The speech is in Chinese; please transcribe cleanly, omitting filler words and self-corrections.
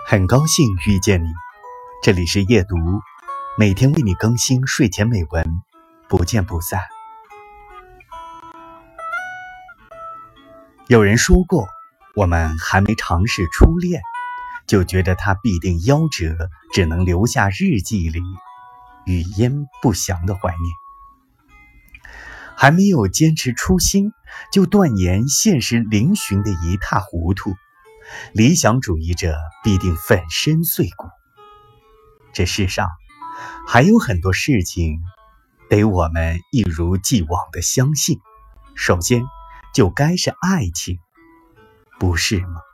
很高兴遇见你，这里是夜读，每天为你更新睡前美文，不见不散。有人说过，我们还没尝试初恋，就觉得它必定夭折，只能留下日记里语焉不详的怀念。还没有坚持初心，就断言现实嶙峋的一塌糊涂，理想主义者必定粉身碎骨。这世上还有很多事情得我们一如既往的相信，首先就该是爱情，不是吗？